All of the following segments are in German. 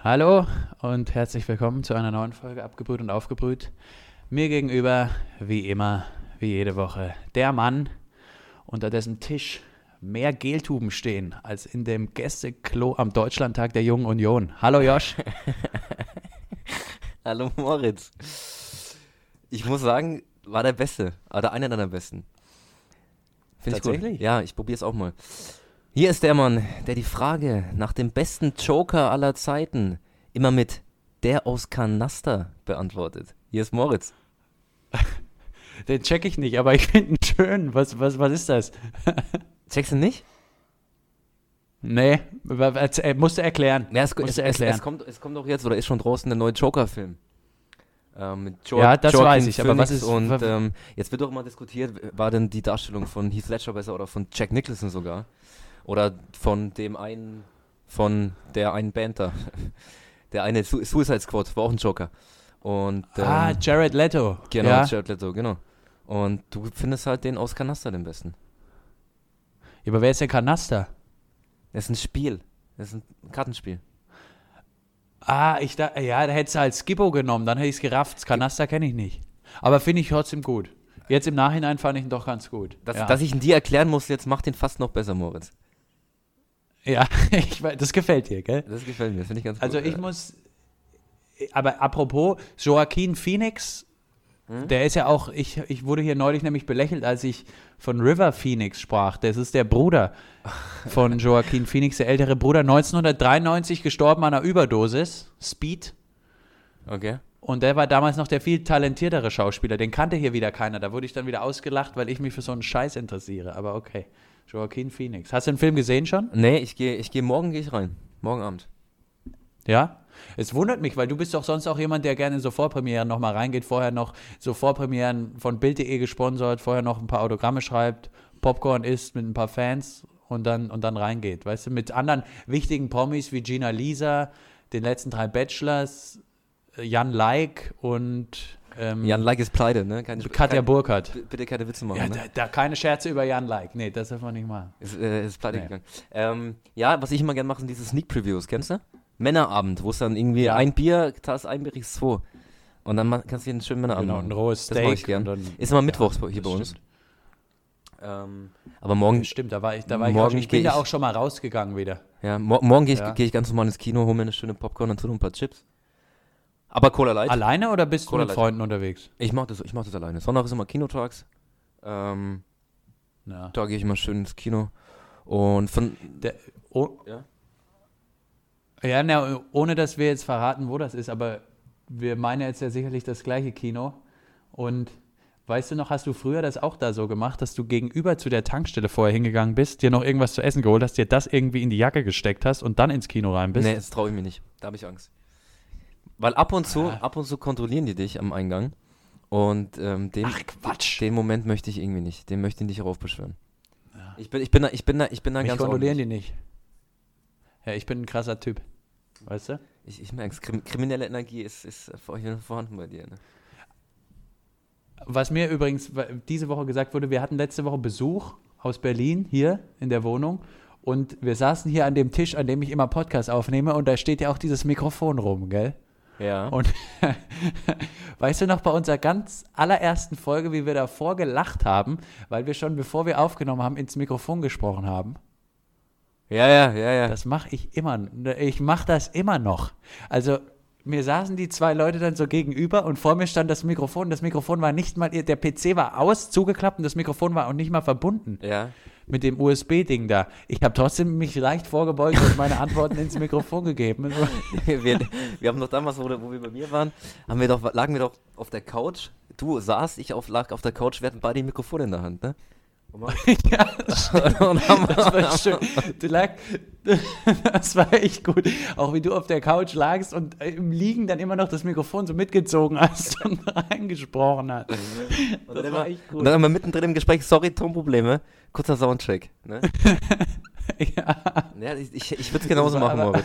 Hallo und herzlich willkommen zu einer neuen Folge Abgebrüht und Aufgebrüht. Mir gegenüber, wie immer, wie jede Woche, der Mann, unter dessen Tisch mehr Geltuben stehen als in dem Gästeklo am Deutschlandtag der Jungen Union. Hallo Josh. Hallo Moritz. Ich muss sagen, war der Beste, oder einer deiner Besten. Finde ich gut. Tatsächlich? Ja, ich probiere es auch mal. Hier ist der Mann, der die Frage nach dem besten Joker aller Zeiten immer mit der aus Kanaster beantwortet. Hier ist Moritz. Den check ich nicht, aber ich finde ihn schön. Was ist das? Checkst du nicht? Nee, musst du erklären. Ja, es kommt auch jetzt, oder ist schon draußen der neue Joker-Film. Mit Ja, das Joaquin weiß ich, aber was Phoenix ist... und jetzt wird doch immer diskutiert, war denn die Darstellung von Heath Ledger besser oder von Jack Nicholson sogar? Oder von dem einen, von der einen Band da. Der eine Suicide Squad war auch ein Joker. Und, Jared Leto. Genau, Ja. Jared Leto, genau. Und du findest halt den aus Kanaster den besten. Ja, aber wer ist der Kanaster? Das ist ein Spiel. Das ist ein Kartenspiel. Da hättest du halt Skippo genommen, dann hätte ich es gerafft. Das Kanaster kenne ich nicht. Aber finde ich trotzdem gut. Jetzt im Nachhinein fand ich ihn doch ganz gut. Dass ich ihn dir erklären muss, jetzt macht ihn fast noch besser, Moritz. Ja, das gefällt dir, gell? Das gefällt mir, finde ich ganz gut. Also ich muss, aber apropos, Joaquin Phoenix, der ist ja auch, ich wurde hier neulich nämlich belächelt, als ich von River Phoenix sprach. Das ist der Bruder von Joaquin Phoenix, der ältere Bruder, 1993 gestorben an einer Überdosis, Speed. Okay. Und der war damals noch der viel talentiertere Schauspieler. Den kannte hier wieder keiner. Da wurde ich dann wieder ausgelacht, weil ich mich für so einen Scheiß interessiere. Aber okay. Joaquin Phoenix. Hast du den Film gesehen schon? Nee, morgen gehe ich rein. Morgen Abend. Ja? Es wundert mich, weil du bist doch sonst auch jemand, der gerne in so Vorpremieren nochmal reingeht. Vorher noch so Vorpremieren von Bild.de gesponsert, vorher noch ein paar Autogramme schreibt, Popcorn isst mit ein paar Fans und dann reingeht. Weißt du, mit anderen wichtigen Promis wie Gina Lisa, den letzten 3 Bachelors, Jan Like und Jan Like ist pleite, ne? Katja Burkhardt. Bitte keine Witze machen, Ja, ne? da keine Scherze über Jan Like. Nee, das darf man nicht machen. Ist pleite Nee. gegangen. Ja, was ich immer gerne mache, sind diese Sneak Previews, kennst du? Männerabend, wo es dann irgendwie Ja. ein Bier, das ein Bier, kriegst 2. Und dann kannst du dir einen schönen Männerabend Genau, machen. ein rohes Das mache ich Steak. gern. und dann- Ist immer mittwochs hier das bei uns. stimmt. Aber morgen, Stimmt, da war ich morgen auch schon. Ich bin geh da ich- auch schon mal rausgegangen wieder. ja, morgen gehe ich, Ja. geh ich ganz normal ins Kino, hole mir eine schöne Popcorn und ein paar Chips. Aber Cola Light. Alleine oder bist du Cola mit Light. Freunden unterwegs? Ich mach das alleine. Sonntag ist immer Kinotags. Ja. Da gehe ich immer schön ins Kino. Und von. Ja? Ja, ohne dass wir jetzt verraten, wo das ist, aber wir meinen jetzt ja sicherlich das gleiche Kino. Und weißt du noch, hast du früher das auch da so gemacht, dass du gegenüber zu der Tankstelle vorher hingegangen bist, dir noch irgendwas zu essen geholt hast, dir das irgendwie in die Jacke gesteckt hast und dann ins Kino rein bist? Nee, das traue ich mir nicht. Da habe ich Angst. Weil ab und zu kontrollieren die dich am Eingang. Und Ach, Quatsch. den Moment möchte ich irgendwie nicht. Den möchte ich nicht raufbeschwören. Ja. Ich bin da Mich ganz kontrollieren ordentlich. die nicht. Ja, ich bin ein krasser Typ. Weißt du? Ich merke es. Kriminelle Energie ist vorhanden bei dir. Ne? Was mir übrigens diese Woche gesagt wurde, wir hatten letzte Woche Besuch aus Berlin hier in der Wohnung und wir saßen hier an dem Tisch, an dem ich immer Podcast aufnehme und da steht ja auch dieses Mikrofon rum, gell? Ja. Und weißt du noch bei unserer ganz allerersten Folge, wie wir davor gelacht haben, weil wir schon, bevor wir aufgenommen haben, ins Mikrofon gesprochen haben? Ja. Das mache ich immer. Ich mache das immer noch. Also mir saßen die 2 Leute dann so gegenüber und vor mir stand das Mikrofon. Das Mikrofon war nicht mal, der PC war zugeklappt und das Mikrofon war auch nicht mal verbunden Ja. mit dem USB-Ding da. Ich habe trotzdem mich leicht vorgebeugt und meine Antworten ins Mikrofon gegeben. wir haben doch damals, wo wir bei mir waren, lagen wir doch auf der Couch. Du saßt, lag auf der Couch, wir hatten beide die Mikrofone in der Hand, ne? Ja, das stimmt. Und haben, Das war schön. Das war echt gut. Auch wie du auf der Couch lagst und im Liegen dann immer noch das Mikrofon so mitgezogen hast und reingesprochen hast. Das war echt und gut. dann haben wir mittendrin im Gespräch, sorry, Tonprobleme, kurzer Soundcheck. Ne? Ja, ich würde es genauso machen, Moritz.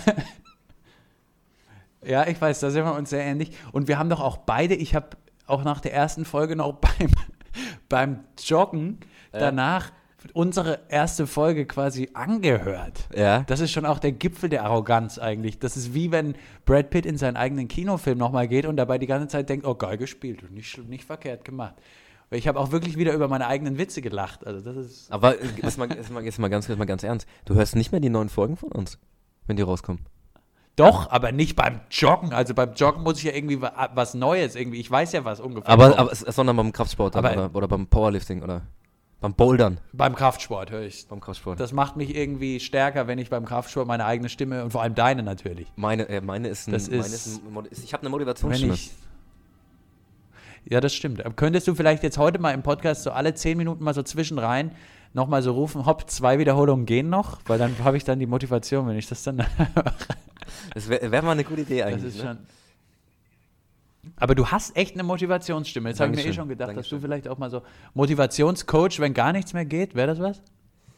Ja, ich weiß, da sind wir uns sehr ähnlich. Und wir haben doch auch beide, ich habe auch nach der ersten Folge noch beim Joggen danach unsere erste Folge quasi angehört. Ja. Das ist schon auch der Gipfel der Arroganz eigentlich. Das ist wie wenn Brad Pitt in seinen eigenen Kinofilm nochmal geht und dabei die ganze Zeit denkt, oh, geil gespielt und nicht verkehrt gemacht. Weil ich habe auch wirklich wieder über meine eigenen Witze gelacht. Also das ist. Aber jetzt mal ganz ernst. Du hörst nicht mehr die neuen Folgen von uns, wenn die rauskommen. Doch, aber nicht beim Joggen. Also beim Joggen muss ich ja irgendwie was Neues irgendwie. Ich weiß ja, was ungefähr Sondern beim Kraftsport Aber- oder beim Powerlifting oder beim Bouldern. Beim Kraftsport höre ich. Beim Kraftsport. Das macht mich irgendwie stärker, wenn ich beim Kraftsport meine eigene Stimme und vor allem deine natürlich. Meine ist ich habe eine Motivationsstimme. Ja, das stimmt. Aber könntest du vielleicht jetzt heute mal im Podcast so alle 10 Minuten mal so zwischenrein nochmal so rufen, hopp, 2 Wiederholungen gehen noch? Weil dann habe ich dann die Motivation, wenn ich das dann Das wär mal eine gute Idee Das eigentlich. ist Ne? schon. Aber du hast echt eine Motivationsstimme. Jetzt habe ich mir Dankeschön. schon gedacht, dass Dankeschön. du vielleicht auch mal so Motivationscoach, wenn gar nichts mehr geht, wäre das was?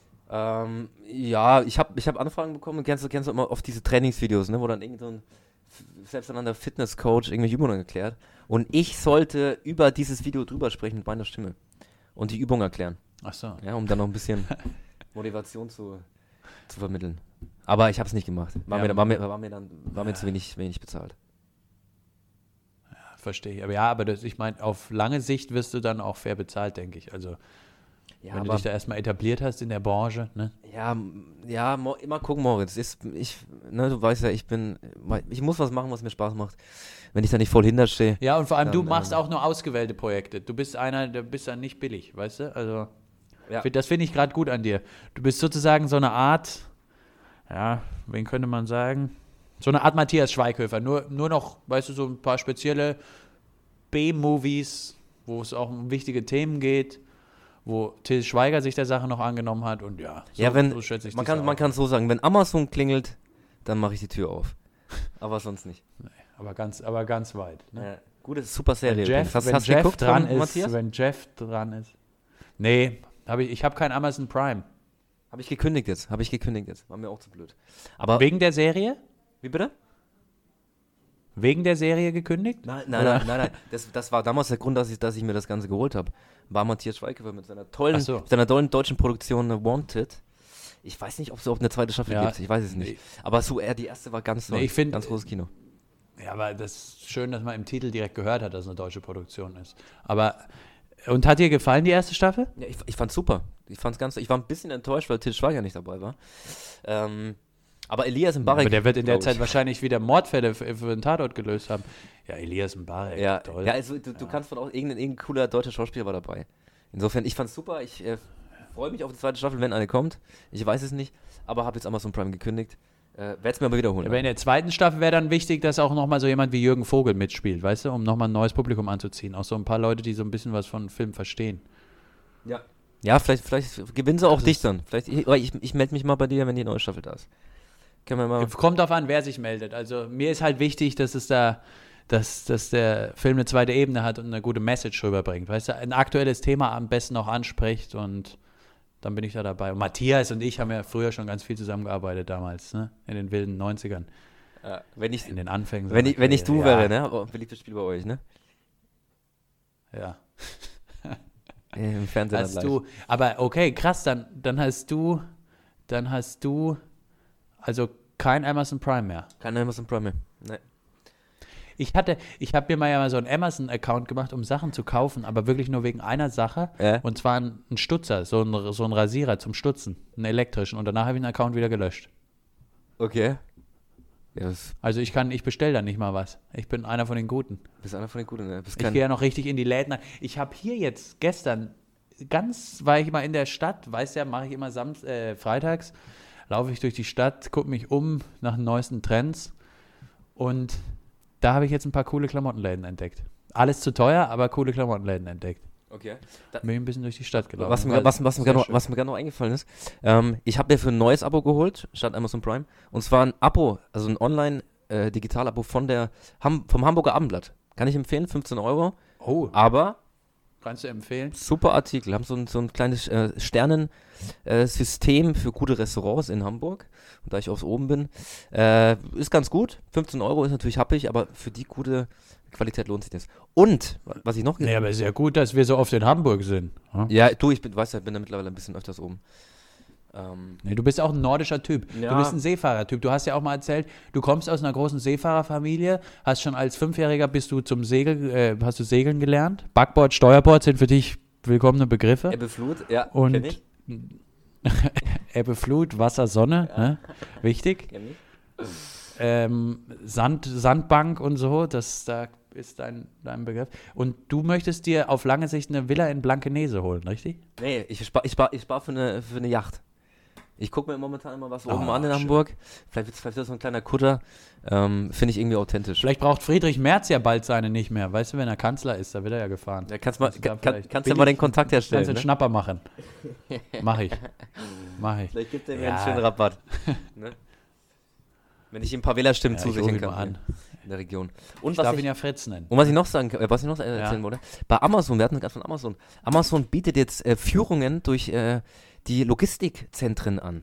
Ja, ich hab Anfragen bekommen. Kennst du immer oft diese Trainingsvideos, ne, wo dann irgend so ein selbsternannter Fitnesscoach irgendwelche Übungen erklärt. Und ich sollte über dieses Video drüber sprechen mit meiner Stimme und die Übung erklären. Ach so. Ja, um dann noch ein bisschen Motivation zu vermitteln. Aber ich habe es nicht gemacht. War mir zu wenig bezahlt. Verstehe ich. Aber ja, ich meine, auf lange Sicht wirst du dann auch fair bezahlt, denke ich. Also, Ja, wenn du dich da erstmal etabliert hast in der Branche, ne? immer gucken, Moritz. Du weißt ja, ich muss was machen, was mir Spaß macht. Wenn ich da nicht voll hinterstehe. Ja, und vor allem du Dann, machst auch nur ausgewählte Projekte. Du bist dann nicht billig, weißt du? Also, Ja. das finde ich gerade gut an dir. Du bist sozusagen so eine Art, ja, wen könnte man sagen? So eine Art Matthias Schweighöfer. Nur noch, weißt du, so ein paar spezielle B-Movies, wo es auch um wichtige Themen geht, wo Til Schweiger sich der Sache noch angenommen hat und ja, so schätze ich man das kann auch. es so sagen, wenn Amazon klingelt, dann mache ich die Tür auf. Aber sonst nicht. Aber ganz weit. Ne? Ja, gute, super Serie. Wenn übrigens. Jeff, Hast du geguckt dran von ist, Matthias? wenn Jeff dran ist. Nee, ich habe kein Amazon Prime. Habe ich gekündigt jetzt. War mir auch zu blöd. Aber, Wegen der Serie? wie bitte? Wegen der Serie gekündigt? Nein. Das war damals der Grund, dass ich mir das Ganze geholt habe. War Matthias Schweighöfer mit seiner tollen deutschen Produktion Wanted. Ich weiß nicht, ob es überhaupt eine zweite Staffel gibt. Ich weiß es nicht. Nee. Aber die erste war ganz neu. Ich finde, ganz großes Kino. Ja, aber das ist schön, dass man im Titel direkt gehört hat, dass es eine deutsche Produktion ist. Und hat dir gefallen, die erste Staffel? Ja, ich fand's super. Ich war ein bisschen enttäuscht, weil Til Schweiger nicht dabei war. Aber Elias Mbarek. Aber der wird in der glaub Zeit ich. wahrscheinlich wieder Mordfälle für den Tatort gelöst haben. Ja, Elias Mbarek, Ja, toll. ja, also du kannst von auch irgendein cooler deutscher Schauspieler war dabei. Insofern, ich fand's super. Ich freue mich auf die zweite Staffel, wenn eine kommt. Ich weiß es nicht, aber habe jetzt Amazon Prime gekündigt. Werde es mir aber wiederholen. Aber in der zweiten Staffel wäre dann wichtig, dass auch nochmal so jemand wie Jürgen Vogel mitspielt, weißt du, um nochmal ein neues Publikum anzuziehen. Auch so ein paar Leute, die so ein bisschen was von Film verstehen. Ja, vielleicht gewinnen sie auch dich dann. Ich melde mich mal bei dir, wenn die neue Staffel da ist. Können wir mal. Kommt drauf an, wer sich meldet. Also mir ist halt wichtig, dass der Film eine zweite Ebene hat und eine gute Message rüberbringt. Weißt du, ein aktuelles Thema am besten auch anspricht und dann bin ich da dabei. Und Matthias und ich haben ja früher schon ganz viel zusammengearbeitet damals, ne? In den wilden 90ern. In den Anfängen. Wenn ich du wäre, ne? Aber ein beliebtes Spiel bei euch, ne? Ja. Im Fernsehen Hast du, aber okay, krass, dann hast du also kein Amazon Prime mehr. Kein Amazon Prime mehr. Nee. Ich habe mir mal so einen Amazon-Account gemacht, um Sachen zu kaufen, aber wirklich nur wegen einer Sache. Ja. Und zwar ein Stutzer, so ein Rasierer zum Stutzen, einen elektrischen. Und danach habe ich den Account wieder gelöscht. Okay. Ja, Also ich bestelle da nicht mal was. Ich bin einer von den Guten. bist einer von den Guten, ne? Ich gehe ja noch richtig in die Läden. Ich habe hier jetzt gestern, war ich mal in der Stadt, weißt ja, mache ich immer freitags, laufe ich durch die Stadt, gucke mich um nach den neuesten Trends und da habe ich jetzt ein paar coole Klamottenläden entdeckt. Alles zu teuer, aber coole Klamottenläden entdeckt. Okay. Bin ein bisschen durch die Stadt gelaufen. Was mir gerade noch eingefallen ist, ich habe mir für ein neues Abo geholt, statt Amazon Prime, und zwar ein Abo, also ein Online-Digital-Abo vom Hamburger Abendblatt. Kann ich empfehlen, 15 €. Oh, Aber Kannst du empfehlen? Super Artikel, haben so ein kleines Sternen-System für gute Restaurants in Hamburg. Und da ich aus oben bin, ist ganz gut. 15 Euro ist natürlich happig, aber für die gute Qualität lohnt sich das. Und, was ich noch Nee, aber ist ja gut, dass wir so oft in Hamburg sind. Ja, du, ich bin da mittlerweile ein bisschen öfters oben. Nee, du bist auch ein nordischer Typ. Ja. Du bist ein Seefahrertyp. Du hast ja auch mal erzählt, du kommst aus einer großen Seefahrerfamilie, hast schon als 5-Jähriger bist du hast du Segeln gelernt. Backboard, Steuerbord sind für dich willkommene Begriffe. Ebbe, Flut, ja, Und kenn ich. Ebbe, Flut, Wasser, Sonne, Ja. ne? Wichtig. Kenn ich. Sandbank und so, da ist dein Begriff. Und du möchtest dir auf lange Sicht eine Villa in Blankenese holen, richtig? Nee, ich spar für eine Yacht. Ich gucke mir momentan immer was oben an in schön. Hamburg. Vielleicht wird das so ein kleiner Kutter. Finde ich irgendwie authentisch. Vielleicht braucht Friedrich Merz ja bald seine nicht mehr. Weißt du, wenn er Kanzler ist, da wird er ja gefahren. Ja, kannst du ja mal den Kontakt herstellen. Kannst du einen Ne? Schnapper machen. Mach ich. Vielleicht gibt er mir Ja. einen schönen Rabatt. Ne? Wenn ich ihm ein paar Wählerstimmen Ja, ich ruf zusichern ihn kann mal an. in der Region. Ich darf ihn ja Fritz nennen. Und was ich noch erzählen wollte, bei Amazon, wir hatten gerade von Amazon. Amazon bietet jetzt Führungen durch die Logistikzentren an.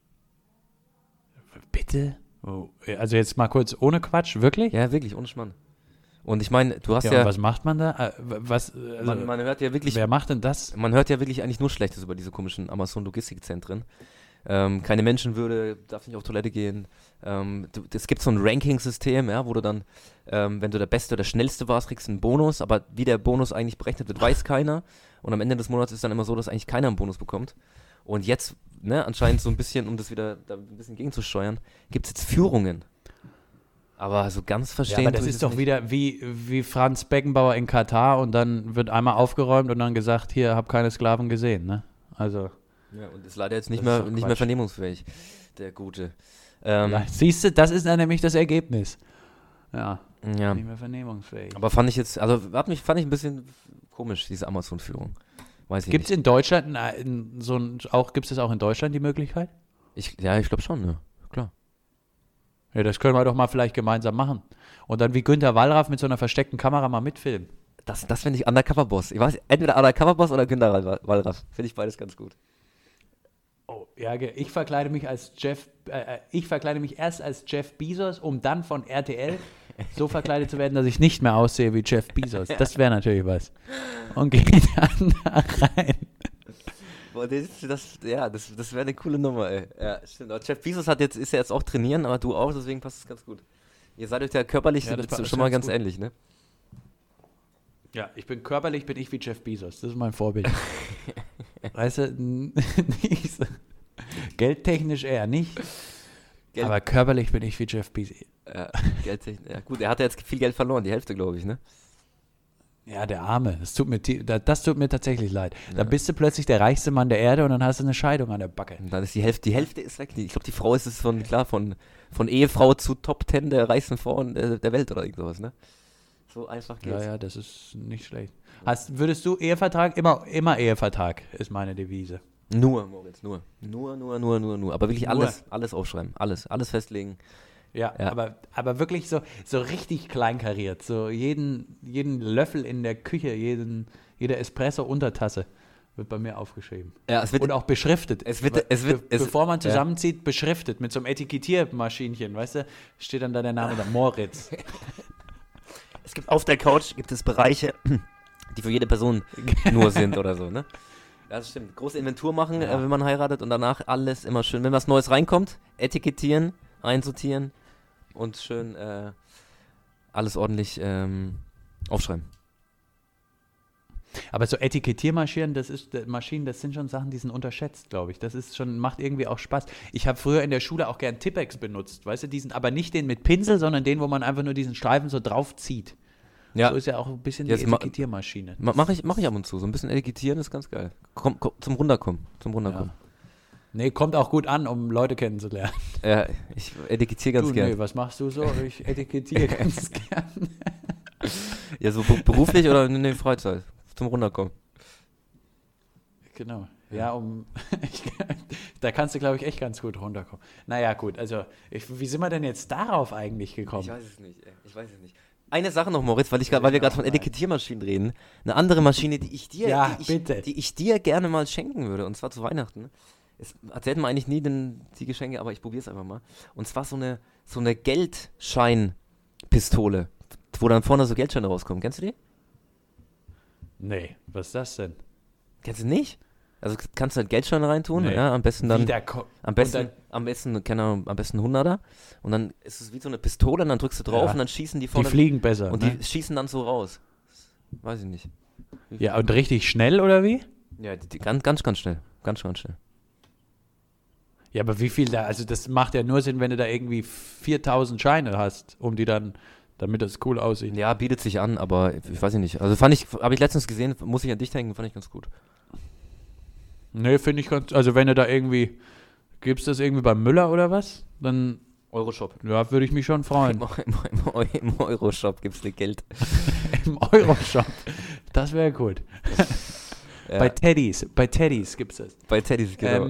Bitte? Oh, also jetzt mal kurz ohne Quatsch, wirklich? Ja, wirklich, ohne Schmarrn. Und ich meine, du hast Ja, ja, und was macht man da? Also, man hört ja wirklich, wer macht denn das? man hört ja wirklich eigentlich nur Schlechtes über diese komischen Amazon-Logistikzentren. Keine Menschenwürde, darf nicht auf Toilette gehen. Es gibt so ein Ranking-System, ja, wo du dann, wenn du der Beste oder Schnellste warst, kriegst du einen Bonus, aber wie der Bonus eigentlich berechnet wird, weiß keiner. Und am Ende des Monats ist dann immer so, dass eigentlich keiner einen Bonus bekommt. Und jetzt, ne, anscheinend so ein bisschen, um das wieder da ein bisschen gegenzusteuern, gibt es jetzt Führungen. Aber so ganz verstehen. Ja, aber das tue ich ist doch nicht. wieder wie Franz Beckenbauer in Katar und dann wird einmal aufgeräumt und dann gesagt, hier, hab keine Sklaven gesehen, ne? Also, Ja, und ist leider jetzt nicht Das ist mehr, doch nicht mehr Quatsch. vernehmungsfähig, der Gute. siehst du, das ist dann nämlich das Ergebnis. Ja, Ja. nicht mehr vernehmungsfähig. Aber fand ich ein bisschen komisch, diese Amazon-Führung. Weiß ich Gibt es nicht. in Deutschland gibt es auch in Deutschland die Möglichkeit? Ich glaube schon, ne? Klar. Ja, das können wir doch mal vielleicht gemeinsam machen. Und dann wie Günther Wallraff mit so einer versteckten Kamera mal mitfilmen. Das finde ich Undercover-Boss. Ich weiß, entweder Undercover-Boss oder Günther Wallraff. Finde ich beides ganz gut. Oh, ja, ich verkleide mich erst als Jeff Bezos, um dann von RTL so verkleidet zu werden, dass ich nicht mehr aussehe wie Jeff Bezos. Das wäre natürlich was. Und gehe dann da rein. Boah, das wäre eine coole Nummer, ey. Ja, stimmt. Aber Jeff Bezos ist ja jetzt auch trainieren, aber du auch, deswegen passt es ganz gut. Ihr seid euch ja körperlich Ja, das passt schon mal ganz ganz gut. ähnlich, ne? Ja, körperlich bin ich wie Jeff Bezos. Das ist mein Vorbild. Weißt du, nicht so. Geldtechnisch eher nicht. Geld- Aber körperlich bin ich wie Jeff Bezos. Ja, gut, er hat ja jetzt viel Geld verloren, die Hälfte, glaube ich, ne? Ja, der Arme. Das tut mir tatsächlich leid. Dann bist du plötzlich der reichste Mann der Erde und dann hast du eine Scheidung an der Backe. Und dann ist die Hälfte ist weg. Ich glaube, die Frau ist es von Ehefrau zu Top 10 der reichsten Frauen der Welt oder irgend sowas, ne? So einfach geht's. Ja, das ist nicht schlecht. Würdest du Ehevertrag? Immer Ehevertrag ist meine Devise. Nur, Moritz, nur. Nur. Aber wirklich Nur. alles aufschreiben. Alles festlegen. Ja, Ja. aber wirklich so richtig kleinkariert. So jeden Löffel in der Küche, jede Espresso-Untertasse wird bei mir aufgeschrieben. Ja, es wird, Und auch beschriftet. Bevor man ja. zusammenzieht, beschriftet mit so einem Etikettiermaschinchen, weißt du, steht dann da der Name da, Moritz. Es gibt auf der Couch gibt es Bereiche, die für jede Person nur sind oder so, ne? Ja, das stimmt. Große Inventur machen, Ja. wenn man heiratet und danach alles immer schön, wenn was Neues reinkommt, etikettieren, einsortieren und schön alles ordentlich aufschreiben. Aber so Etikettiermaschinen, das sind schon Sachen, die sind unterschätzt, glaube ich. Das ist macht irgendwie auch Spaß. Ich habe früher in der Schule auch gern Tippex benutzt, weißt du, diesen, aber nicht den mit Pinsel, sondern den, wo man einfach nur diesen Streifen so drauf zieht. Ja, So ist ja auch ein bisschen die Jetzt Etikettiermaschine. mach ich ab und zu. So ein bisschen etikettieren ist ganz geil. Komm, zum Runterkommen. Ja. Nee, kommt auch gut an, um Leute kennenzulernen. Ja, ich etikettiere ganz Du, gern. nee, was machst du so? Ich etikettiere ganz gern. Ja, so beruflich oder in der Freizeit. Zum Runterkommen. Genau. Ja, da kannst du, glaube ich, echt ganz gut runterkommen. Naja, gut, also, wie sind wir denn jetzt darauf eigentlich gekommen? Ich weiß es nicht, ey. Ich weiß es nicht. Eine Sache noch, Moritz, weil wir gerade von Etikettiermaschinen reden. Eine andere Maschine, die ich dir gerne mal schenken würde, und zwar zu Weihnachten. Es erzählt man eigentlich nie die Geschenke, aber ich probiere es einfach mal. Und zwar so eine Geldscheinpistole, wo dann vorne so Geldscheine rauskommen. Kennst du die? Nee, was ist das denn? Kennst du nicht? Also kannst du halt Geldscheine reintun, Nee. ja, am besten dann, am besten 100er, und dann ist es wie so eine Pistole und dann drückst du drauf und dann schießen die vorne. Die fliegen besser, und ne? die schießen dann so raus. Weiß ich nicht. Ja, und richtig schnell, oder wie? Ja, ganz schnell. Ganz schnell. Ja, aber wie viel da, also das macht ja nur Sinn, wenn du da irgendwie 4000 Scheine hast, um die dann, damit das cool aussieht. Ja, bietet sich an, aber ich weiß nicht. Also habe ich letztens gesehen, muss ich an dich denken, fand ich ganz gut. Nee, finde ich ganz, also wenn du da irgendwie, gibst das irgendwie beim Müller oder was? Dann, Euroshop. ja, würde ich mich schon freuen. Im Euroshop gibt es Geld. Im Euroshop. Das wäre gut. Ja. Bei Teddys gibt es das. Bei Teddys, genau.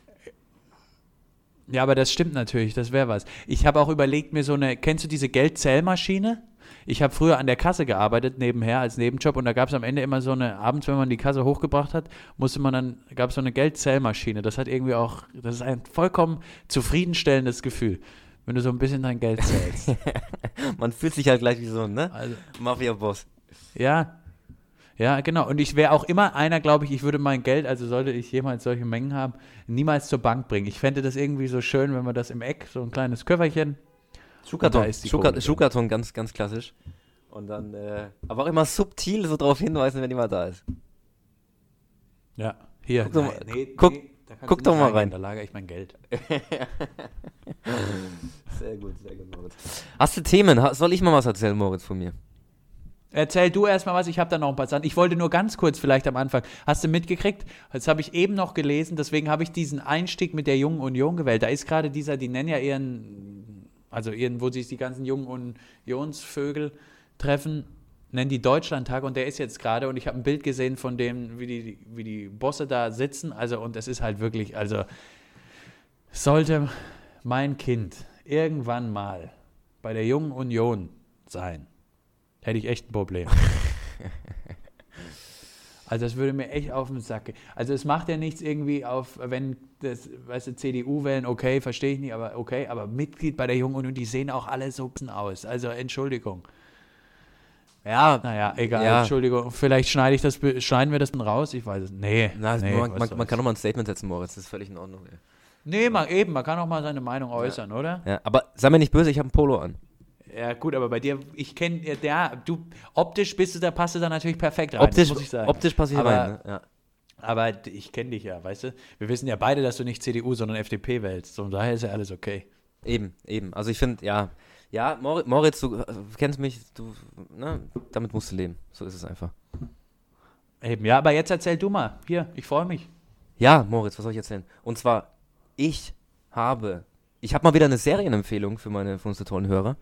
Ja, aber das stimmt natürlich, das wäre was. Ich habe auch überlegt, mir kennst du diese Geldzählmaschine? Ich habe früher an der Kasse gearbeitet, nebenher als Nebenjob, und da gab es am Ende immer abends, wenn man die Kasse hochgebracht hat, gab es so eine Geldzählmaschine. Das ist ein vollkommen zufriedenstellendes Gefühl, wenn du so ein bisschen dein Geld zählst. Man fühlt sich halt gleich wie so ein, Also, Mafia-Boss. Ja, genau. Und ich wäre auch immer einer, glaube ich würde mein Geld, also sollte ich jemals solche Mengen haben, niemals zur Bank bringen. Ich fände das irgendwie so schön, wenn man das im Eck, so ein kleines Köfferchen. Schuhkarton, ganz, ganz klassisch. Und dann, aber auch immer subtil so drauf hinweisen, wenn jemand da ist. Ja, hier. Guck doch mal rein. Da lagere ich mein Geld. Sehr gut, Moritz. Hast du Themen? Soll ich mal was erzählen, Moritz, von mir? Erzähl du erstmal was, ich habe da noch ein paar Sachen. Ich wollte nur ganz kurz vielleicht am Anfang, hast du mitgekriegt, das habe ich eben noch gelesen, deswegen habe ich diesen Einstieg mit der Jungen Union gewählt. Da ist gerade die nennen ja wo sich die ganzen Jungen Unionsvögel treffen, nennen die Deutschlandtag, und der ist jetzt gerade, und ich habe ein Bild gesehen von dem, wie die Bosse da sitzen, also, und es ist halt wirklich, also sollte mein Kind irgendwann mal bei der Jungen Union sein, hätte ich echt ein Problem. Also das würde mir echt auf den Sack gehen. Also es macht ja nichts irgendwie wenn das, weißt du, CDU wählen, okay, verstehe ich nicht, aber okay, aber Mitglied bei der Jungen Union, die sehen auch alle so aus. Also Entschuldigung. Ja, naja, egal, ja. Entschuldigung. Vielleicht schneiden wir das dann raus, ich weiß es nicht. Nee, man kann doch mal ein Statement setzen, Moritz, das ist völlig in Ordnung. Ey. Nee, man kann auch mal seine Meinung äußern, oder? Ja, aber sei mir nicht böse, ich habe ein Polo an. Ja gut, aber bei dir, ich kenne, du optisch passt du da natürlich perfekt rein, das muss ich sagen. Optisch passe ich rein, ne? Ja. Aber ich kenne dich ja, weißt du? Wir wissen ja beide, dass du nicht CDU, sondern FDP wählst. Von daher ist ja alles okay. Eben. Also ich finde, ja, Moritz, du kennst mich, damit musst du leben. So ist es einfach. Eben, ja, aber jetzt erzähl du mal. Hier, ich freue mich. Ja, Moritz, was soll ich erzählen? Und zwar, ich habe mal wieder eine Serienempfehlung für unsere tollen Hörer.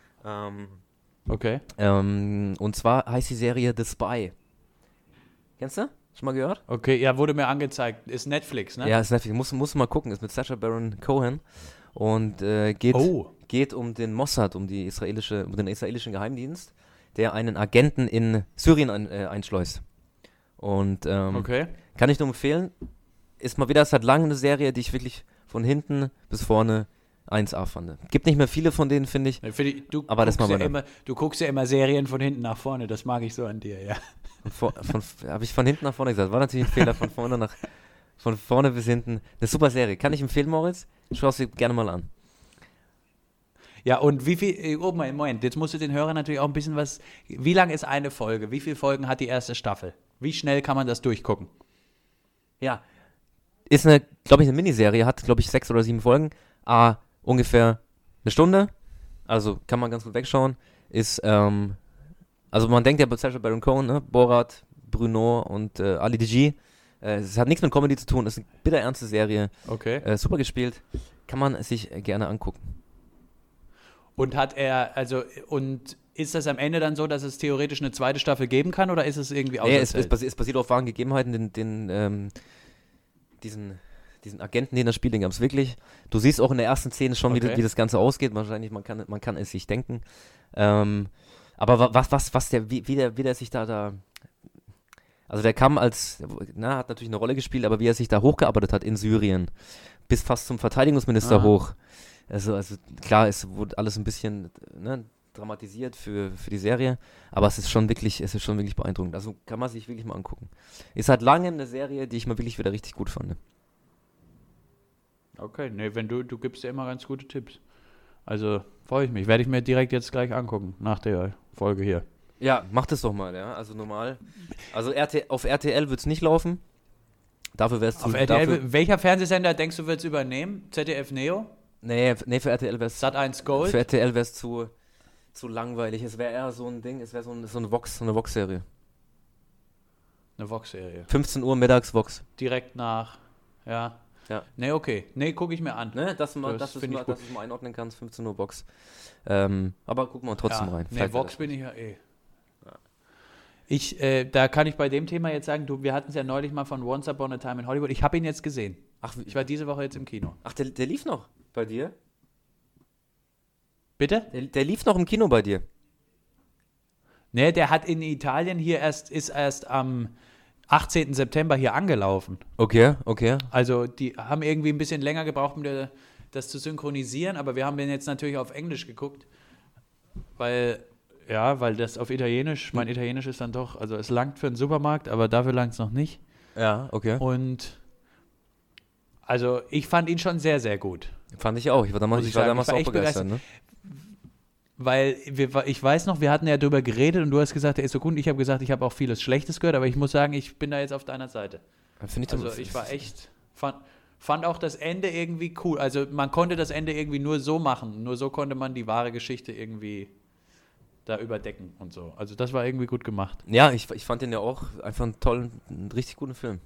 Okay. Und zwar heißt die Serie The Spy. Kennst du? Schon mal gehört? Okay, ja, wurde mir angezeigt. Ist Netflix, ne? Ja, ist Netflix. Musst du mal gucken. Ist mit Sacha Baron Cohen. Und geht um den Mossad, um den israelischen Geheimdienst, der einen Agenten in Syrien einschleust. Und okay. Kann ich nur empfehlen. Ist mal wieder seit langem eine Serie, die ich wirklich von hinten bis vorne 1A fand. Gibt nicht mehr viele von denen, finde ich. Aber das mal du guckst ja immer Serien von hinten nach vorne, das mag ich so an dir, ja. Habe ich von hinten nach vorne gesagt. War natürlich ein Fehler, von vorne bis hinten. Eine super Serie. Kann ich empfehlen, Moritz? Schau es dir gerne mal an. Ja, und Moment, jetzt musst du den Hörern natürlich auch ein bisschen wie lang ist eine Folge? Wie viele Folgen hat die erste Staffel? Wie schnell kann man das durchgucken? Ja, ist glaube ich, eine Miniserie, hat, glaube ich, 6 oder 7 Folgen. Ungefähr eine Stunde. Also kann man ganz gut wegschauen. Also man denkt ja bei Sacha Baron Cohen, ne? Borat, Bruno und Ali Digi. Es hat nichts mit Comedy zu tun, es ist eine bitterernste Serie. Okay. Super gespielt. Kann man sich gerne angucken. Und ist das am Ende dann so, dass es theoretisch eine zweite Staffel geben kann, oder ist es irgendwie auserzählt? Es basiert auf wahren Gegebenheiten, diesen Agenten, den das Spiel, den gab es wirklich. Du siehst auch in der ersten Szene schon, wie das Ganze ausgeht. Wahrscheinlich, man kann es sich denken. Aber wie der sich da, also der kam hat natürlich eine Rolle gespielt, aber wie er sich da hochgearbeitet hat in Syrien, bis fast zum Verteidigungsminister hoch. Also klar, es wurde alles ein bisschen, dramatisiert für die Serie, aber es ist schon wirklich beeindruckend. Also kann man sich wirklich mal angucken. Ist halt lange eine Serie, die ich mal wirklich wieder richtig gut fand. Okay, nee, wenn du gibst ja immer ganz gute Tipps. Also freue ich mich. Werde ich mir direkt jetzt gleich angucken, nach der Folge hier. Ja, mach das doch mal, ja. Also normal. Also auf RTL wird es nicht laufen. Dafür wäre es zu... Auf RTL, welcher Fernsehsender denkst du, wird es übernehmen? ZDF Neo? Nee, für RTL wäre es... Sat.1 Gold? Für RTL wäre es zu langweilig. Es wäre eher so ein Ding, es wäre so eine Vox-Serie. Eine Vox-Serie. 15 Uhr mittags Vox. Direkt nach, ja. Ja. Nee, okay. Nee, gucke ich mir an. Ne, dass du mal einordnen kannst, 15 Uhr Box. Aber guck mal trotzdem rein. Nee, Vox bin ich ja eh. Da kann ich bei dem Thema jetzt sagen, wir hatten es ja neulich mal von Once Upon a Time in Hollywood. Ich habe ihn jetzt gesehen. Ich war diese Woche jetzt im Kino. Ach, der lief noch bei dir? Bitte? Der lief noch im Kino bei dir? Nee, der hat in Italien ist erst am 18. September hier angelaufen. Okay. Also die haben irgendwie ein bisschen länger gebraucht, um das zu synchronisieren, aber wir haben den jetzt natürlich auf Englisch geguckt, weil das auf Italienisch, mein Italienisch ist dann doch, also es langt für einen Supermarkt, aber dafür langt es noch nicht. Ja, okay. Und also ich fand ihn schon sehr, sehr gut. Fand ich auch. Ich war damals auch begeistert. Ne? Weil ich weiß noch, wir hatten ja drüber geredet und du hast gesagt, er ist so gut und ich habe gesagt, ich habe auch vieles Schlechtes gehört, aber ich muss sagen, ich bin da jetzt auf deiner Seite. Ich war echt, fand auch das Ende irgendwie cool. Also man konnte das Ende irgendwie nur so machen, nur so konnte man die wahre Geschichte irgendwie da überdecken und so. Also das war irgendwie gut gemacht. Ja, ich fand den ja auch einfach einen richtig guten Film.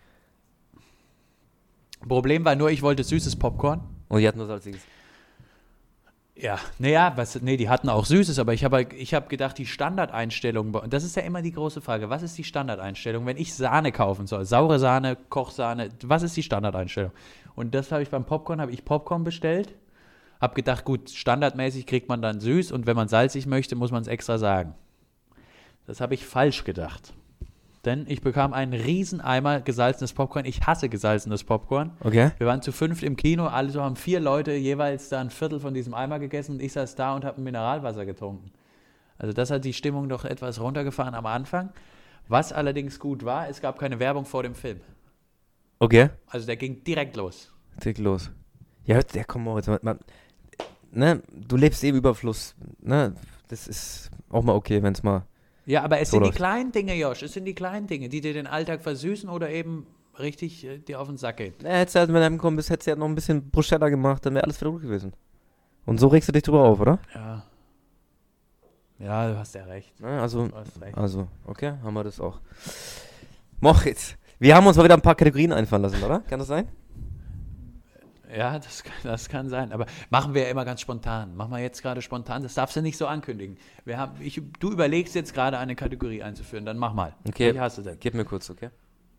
Problem war nur, ich wollte süßes Popcorn. Und die hatten nur salziges. Ja, die hatten auch Süßes, aber ich hab gedacht, die Standardeinstellung, und das ist ja immer die große Frage, was ist die Standardeinstellung, wenn ich Sahne kaufen soll, saure Sahne, Kochsahne, was ist die Standardeinstellung? Und das habe ich Popcorn bestellt, habe gedacht, gut, standardmäßig kriegt man dann süß und wenn man salzig möchte, muss man es extra sagen. Das habe ich falsch gedacht. Denn ich bekam einen riesen Eimer gesalzenes Popcorn. Ich hasse gesalzenes Popcorn. Okay. Wir waren zu 5 im Kino, also haben 4 Leute jeweils da ein Viertel von diesem Eimer gegessen und ich saß da und habe ein Mineralwasser getrunken. Also das hat die Stimmung doch etwas runtergefahren am Anfang. Was allerdings gut war, es gab keine Werbung vor dem Film. Okay. Also der ging direkt los. Ja, komm mal, du lebst im Überfluss. Ne? Das ist auch mal okay, wenn es mal... Ja, aber es sind die kleinen Dinge, Josh. Es sind die kleinen Dinge, die dir den Alltag versüßen oder eben richtig dir auf den Sack gehen. Hättest du halt mit einem gekommen bist, hättest du ja noch ein bisschen Bruschetta gemacht, dann wäre alles wieder gut gewesen. Und so regst du dich drüber auf, oder? Ja. Ja, du hast ja recht. Also, okay, haben wir das auch. Moritz, wir haben uns mal wieder ein paar Kategorien einfallen lassen, oder? Kann das sein? Ja, das kann sein. Aber machen wir ja immer ganz spontan. Machen wir jetzt gerade spontan. Das darfst du nicht so ankündigen. Du überlegst jetzt gerade eine Kategorie einzuführen. Dann mach mal. Okay. Welche hast du denn? Gib mir kurz, okay?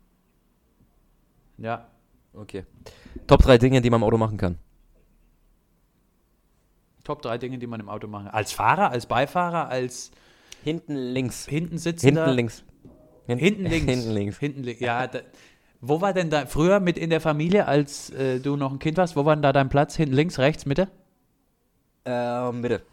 Ja. Okay. Top 3 Dinge, die man im Auto machen kann. Top 3 Dinge, die man im Auto machen kann. Als Fahrer, als Beifahrer, als... Hinten links. Hinten sitzender? Hinten links. Hinten links. Hinten links. Ja, wo war denn da früher mit in der Familie, als du noch ein Kind warst, wo war denn da dein Platz? Hinten links, rechts, Mitte? Mitte.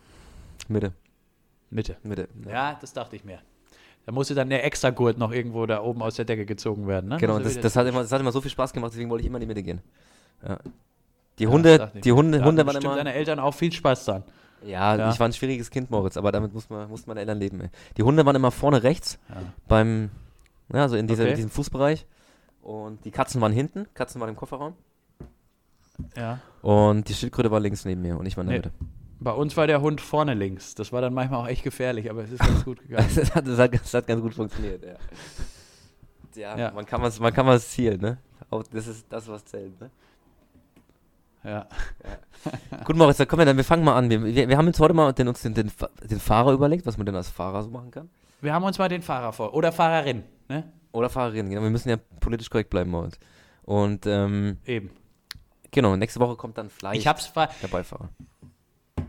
Ja, das dachte ich mir. Da musste dann der Extragurt noch irgendwo da oben aus der Decke gezogen werden, ne? Genau, das hat immer so viel Spaß gemacht, deswegen wollte ich immer in die Mitte gehen. Ja. Die Hunde waren immer... Bestimmt deine Eltern auch viel Spaß dran. Ja, ich war ein schwieriges Kind, Moritz, aber damit mussten meine Eltern leben. Ey. Die Hunde waren immer vorne rechts, also in diesem Fußbereich. Und die Katzen waren hinten, Katzen waren im Kofferraum. Ja. Und die Schildkröte war links neben mir und ich war in der Mitte. Bei uns war der Hund vorne links. Das war dann manchmal auch echt gefährlich, aber es ist ganz gut gegangen. das hat ganz gut funktioniert, ja. Man kann was zielen, ne? Auch das ist das, was zählt, ne? Ja. Gut, Moritz, dann kommen wir fangen mal an. Wir haben uns heute mal uns den Fahrer überlegt, was man denn als Fahrer so machen kann. Wir haben uns mal den Fahrer oder Fahrerin, ne? Oder Fahrerin, genau. Wir müssen ja politisch korrekt bleiben, Moritz. Und, eben. Genau, nächste Woche kommt dann Fleisch der Beifahrer.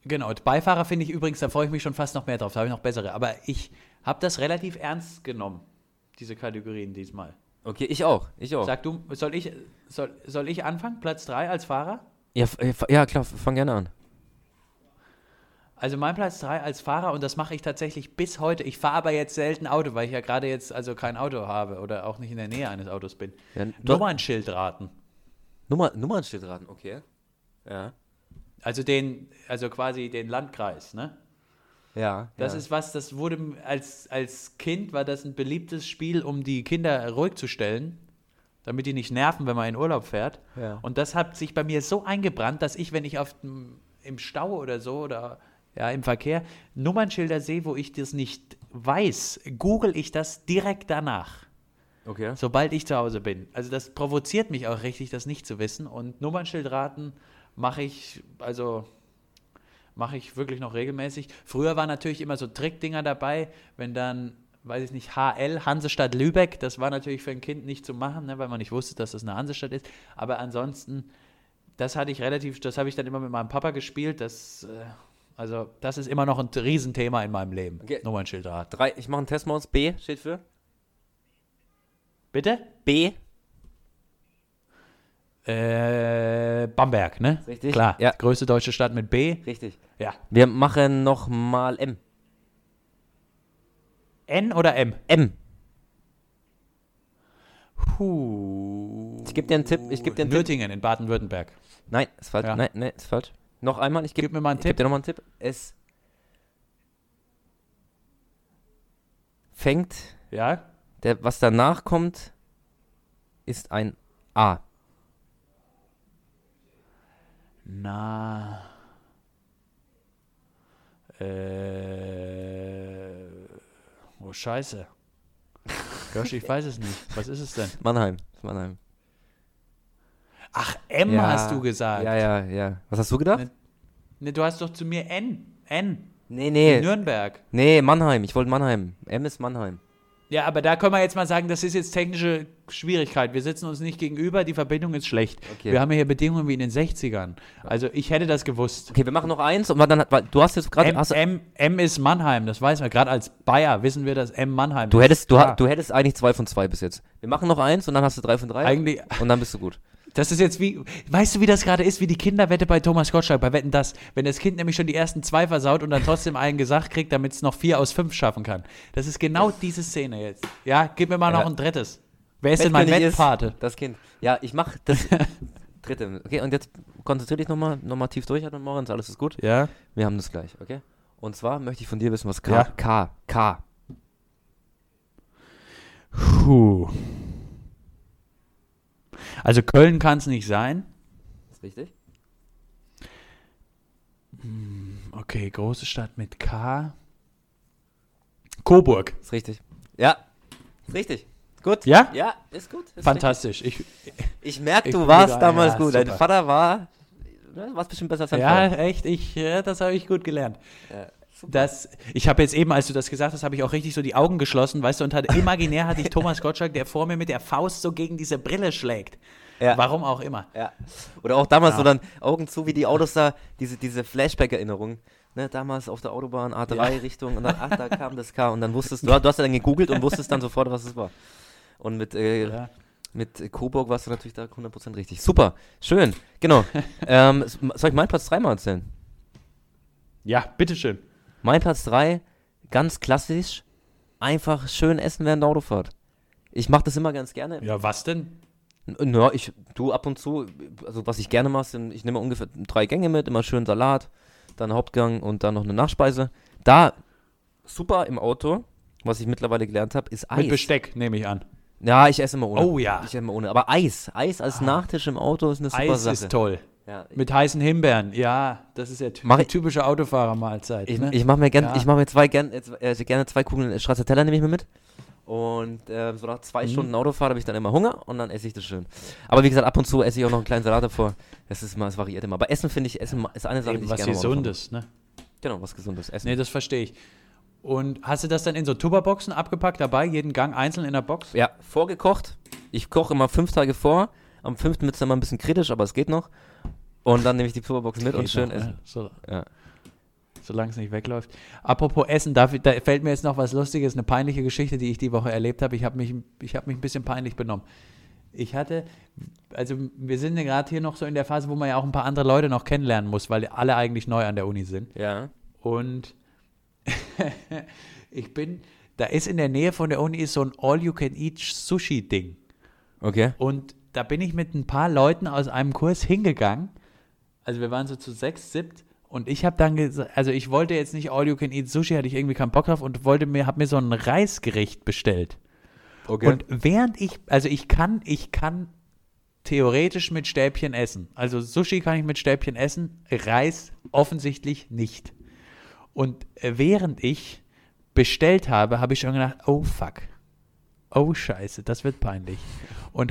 Genau, und Beifahrer finde ich übrigens, da freue ich mich schon fast noch mehr drauf, da habe ich noch bessere. Aber ich habe das relativ ernst genommen, diese Kategorien diesmal. Okay, ich auch. Sag du, soll ich anfangen? Platz 3 als Fahrer? Ja, klar, fang gerne an. Also mein Platz 3 als Fahrer, und das mache ich tatsächlich bis heute. Ich fahre aber jetzt selten Auto, weil ich ja gerade jetzt also kein Auto habe oder auch nicht in der Nähe eines Autos bin. Ja, Nummernschildraten. Nummernschildraten, okay. Ja. Also quasi den Landkreis, ne? Ja. Das ist was, das wurde als Kind, war das ein beliebtes Spiel, um die Kinder ruhig zu stellen, damit die nicht nerven, wenn man in Urlaub fährt. Ja. Und das hat sich bei mir so eingebrannt, dass ich, wenn ich im Stau oder so oder ja, im Verkehr Nummernschilder sehe, wo ich das nicht weiß, google ich das direkt danach, Okay. sobald ich zu Hause bin. Also das provoziert mich auch richtig, das nicht zu wissen. Und Nummernschildraten mache ich wirklich noch regelmäßig. Früher waren natürlich immer so Trickdinger dabei, wenn dann, weiß ich nicht, HL, Hansestadt Lübeck, das war natürlich für ein Kind nicht zu machen, ne, weil man nicht wusste, dass das eine Hansestadt ist. Aber ansonsten, das habe ich dann immer mit meinem Papa gespielt. Das ist immer noch ein Riesenthema in meinem Leben. Okay. Nummernschildraten. 3, ich mache einen Test mal aus. B steht für? Bitte? B. Bamberg, ne? Richtig. Klar, Ja. größte deutsche Stadt mit B. Richtig. Ja. Wir machen nochmal M. N oder M? M. Puh. Ich gebe dir einen Tipp. Nürtingen in Baden-Württemberg. Nein, ist falsch. Ja. Nein, ist falsch. Noch einmal. Gib mir mal einen Ich gebe Tipp. dir nochmal einen Tipp. Es fängt, Ja? was danach kommt, ist ein A. Na. Oh, Scheiße. Josh, ich weiß es nicht. Was ist es denn? Mannheim. Ach, M Ja, hast du gesagt. Ja. Was hast du gedacht? Ne, du hast doch zu mir N. Nee. Nürnberg. Nee, Mannheim. Ich wollte Mannheim. M ist Mannheim. Ja, aber da können wir jetzt mal sagen, das ist jetzt technische Schwierigkeit. Wir sitzen uns nicht gegenüber, die Verbindung ist schlecht. Okay. Wir haben hier Bedingungen wie in den 60ern. Also ich hätte das gewusst. Okay, wir machen noch eins. Und dann, weil du hast jetzt gerade... M ist Mannheim, das weiß man. Gerade als Bayer wissen wir, dass M Mannheim Du ist. hättest eigentlich 2 von 2 bis jetzt. Wir machen noch eins und dann hast du 3 von 3. Eigentlich, Und dann bist du gut. das ist jetzt wie, weißt du, wie das gerade ist, wie die Kinderwette bei Thomas Gottschalk, bei Wetten, das, wenn das Kind nämlich schon die ersten 2 versaut und dann trotzdem einen gesagt kriegt, damit es noch 4 aus 5 schaffen kann. Das ist genau diese Szene jetzt. Ja, gib mir mal noch ein drittes. Wer ist denn mein Wettpate? Das Kind. Ja, ich mach das dritte. Okay, und jetzt konzentrier dich nochmal tief durchatmen, Moritz, alles ist gut. Ja. Wir haben das gleich, okay? Und zwar möchte ich von dir wissen, was Ja. K. Puh. Also Köln kann es nicht sein. Ist richtig? Okay, große Stadt mit K. Coburg. Ist richtig. Ja, ist richtig. Gut. Ja? Ja, ist gut. Ist Fantastisch. Ich merke, Ich du warst liebe- damals ja, gut. Dein super. Vater war... warst bestimmt besser als dein Ja, Vater. echt, das habe ich gut gelernt. Super. Ich habe jetzt eben, als du das gesagt hast, habe ich auch richtig so die Augen geschlossen, weißt du, und imaginär hatte ich Thomas Gottschalk, der vor mir mit der Faust so gegen diese Brille schlägt. Ja. Warum auch immer. Ja. Oder auch damals Ja. so dann Augen zu, wie die Autos da, diese Flashback-Erinnerungen. Ne, damals auf der Autobahn A3 Richtung und dann, da kam das K und dann wusstest du hast ja dann gegoogelt und wusstest dann sofort, was es war. Und mit Coburg warst du natürlich da 100% richtig. Super, schön, genau. Soll ich meinen Platz 3 mal erzählen? Ja, bitteschön. Mein Platz 3, ganz klassisch, einfach schön essen während der Autofahrt. Ich mache das immer ganz gerne. Ja, was denn? Ja, du ab und zu, also was ich gerne mache, ich nehme ungefähr 3 Gänge mit, immer schön Salat, dann Hauptgang und dann noch eine Nachspeise. Da, super im Auto, was ich mittlerweile gelernt habe, ist Eis. Mit Besteck, nehme ich an. Ja, ich esse immer ohne. Oh ja. Ich esse immer ohne. Aber Eis als Nachtisch im Auto ist eine super Eis Sache. ist toll. Ja, Mit heißen Himbeeren. Ja, das ist ja Mach die ich- typische Autofahrermahlzeit. ich, Ne? ich mache mir gerne, Ja. ich mache mir gerne 2 Kugeln Stracciatella nehme ich mir mit. Und so nach 2 Stunden Autofahrt habe ich dann immer Hunger und dann esse ich das schön. Aber wie gesagt, ab und zu esse ich auch noch einen kleinen Salat davor. Es variiert immer. Aber Essen finde ich, ist eine Sache, die Eben ich was gerne am Autofahren Gesundes, ne? mache. Genau, was Gesundes. Essen. Nee, das verstehe ich. Und hast du das dann in so Tupperboxen abgepackt dabei, jeden Gang einzeln in der Box? Ja, vorgekocht. Ich koche immer 5 Tage vor. Am 5. wird es dann mal ein bisschen kritisch, aber es geht noch. Und dann nehme ich die Tupperbox mit und Geht schön noch, essen. ne? So. Ja. solange es nicht wegläuft. Apropos Essen, da fällt mir jetzt noch was Lustiges, eine peinliche Geschichte, die ich die Woche erlebt habe. Ich habe mich ein bisschen peinlich benommen. Wir sind ja gerade hier noch so in der Phase, wo man ja auch ein paar andere Leute noch kennenlernen muss, weil alle eigentlich neu an der Uni sind. Ja. Und da ist in der Nähe von der Uni ist so ein All-You-Can-Eat-Sushi-Ding. Okay. Und da bin ich mit ein paar Leuten aus einem Kurs hingegangen. Also wir waren so zu 6, 7. Und ich habe dann gesagt, also ich wollte jetzt nicht All-You-Can-Eat-Sushi, hatte ich irgendwie keinen Bock drauf und habe mir so ein Reisgericht bestellt. Okay. Und ich kann theoretisch mit Stäbchen essen. Also Sushi kann ich mit Stäbchen essen, Reis offensichtlich nicht. Und während ich bestellt habe, habe ich schon gedacht, oh fuck, oh scheiße, das wird peinlich. Und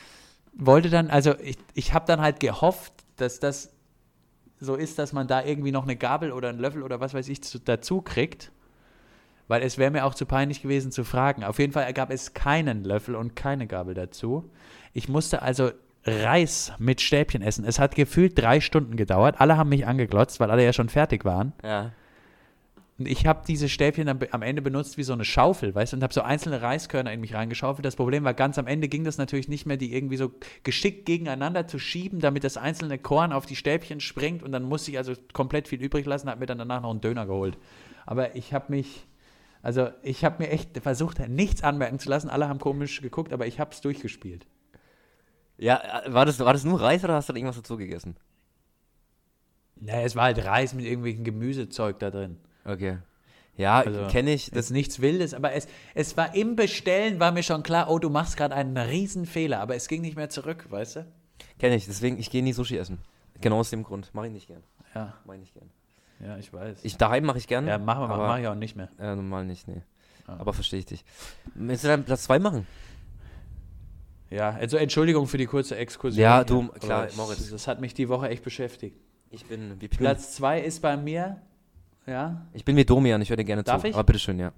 ich habe dann halt gehofft, dass das so ist, dass man da irgendwie noch eine Gabel oder einen Löffel oder was weiß ich dazu kriegt. Weil es wäre mir auch zu peinlich gewesen zu fragen. Auf jeden Fall gab es keinen Löffel und keine Gabel dazu. Ich musste also Reis mit Stäbchen essen. Es hat gefühlt 3 Stunden gedauert. Alle haben mich angeglotzt, weil alle ja schon fertig waren. Ja. Und ich habe diese Stäbchen dann am Ende benutzt wie so eine Schaufel, weißt du, und habe so einzelne Reiskörner in mich reingeschaufelt. Das Problem war, ganz am Ende ging das natürlich nicht mehr, die irgendwie so geschickt gegeneinander zu schieben, damit das einzelne Korn auf die Stäbchen springt. Und dann musste ich also komplett viel übrig lassen, habe mir dann danach noch einen Döner geholt. Aber ich habe mir echt versucht, nichts anmerken zu lassen. Alle haben komisch geguckt, aber ich habe es durchgespielt. Ja, war das nur Reis oder hast du da irgendwas dazu gegessen? Naja, es war halt Reis mit irgendwelchen Gemüsezeug da drin. Okay. Ja, Also, kenne ich. Das ist nichts Wildes, aber es war im Bestellen, war mir schon klar, oh, du machst gerade einen riesen Fehler, aber es ging nicht mehr zurück, weißt du? Kenne ich, deswegen, ich gehe nie Sushi essen. Genau aus dem Grund. Mache ich nicht gern. Ja. Mach ich nicht gern. Ja, ich weiß. Daheim mache ich gern. Ja, mach ich auch nicht mehr. Normal nicht, nee. Ah. Aber verstehe ich dich. Willst du dann Platz 2 machen? Ja, also Entschuldigung für die kurze Exkursion. Ja, hier, du, klar, aber Moritz. Das hat mich die Woche echt beschäftigt. Ich bin Platz 2 ist bei mir, ja. Ich bin wie Domian, ich höre dir gerne Darf zu. ich? Aber bitteschön, ja.